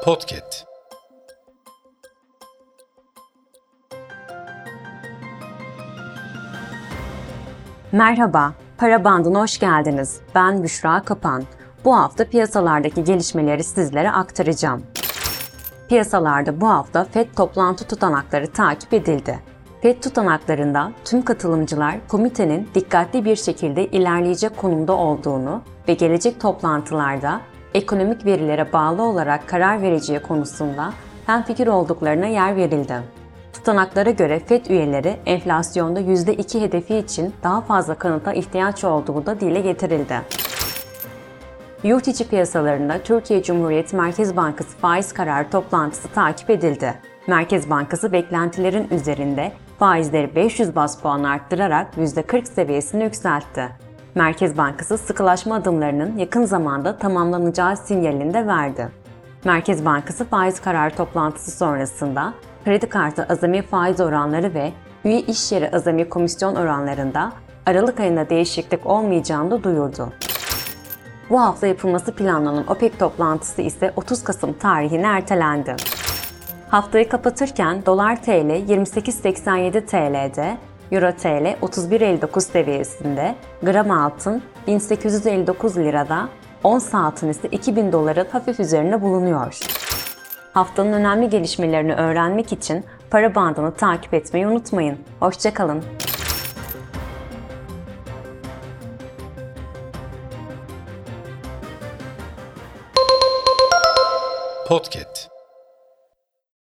Podcast. Merhaba, Para Bandı'na hoş geldiniz. Ben Büşra Kapan. Bu hafta piyasalardaki gelişmeleri sizlere aktaracağım. Piyasalarda bu hafta FED toplantı tutanakları takip edildi. FED tutanaklarında tüm katılımcılar komitenin dikkatli bir şekilde ilerleyecek konumda olduğunu ve gelecek toplantılarda ekonomik verilere bağlı olarak karar vereceği konusunda hemfikir olduklarına yer verildi. Tutanaklara göre FED üyeleri enflasyonda %2 hedefi için daha fazla kanıta ihtiyaç olduğu da dile getirildi. Yurt içi piyasalarında Türkiye Cumhuriyet Merkez Bankası faiz kararı toplantısı takip edildi. Merkez Bankası beklentilerin üzerinde faizleri 500 baz puan arttırarak %40 seviyesini yükseltti. Merkez Bankası sıkılaşma adımlarının yakın zamanda tamamlanacağı sinyalini de verdi. Merkez Bankası faiz kararı toplantısı sonrasında kredi kartı azami faiz oranları ve üye iş yeri azami komisyon oranlarında Aralık ayında değişiklik olmayacağını da duyurdu. Bu hafta yapılması planlanan OPEC toplantısı ise 30 Kasım tarihine ertelendi. Haftayı kapatırken Dolar TL 28.87 TL'de, Euro TL 31.59 seviyesinde, gram altın 1859 lirada, ons altın ise 2000 doların hafif üzerine bulunuyor. Haftanın önemli gelişmelerini öğrenmek için Para Bandı'nı takip etmeyi unutmayın. Hoşça kalın. Podcast.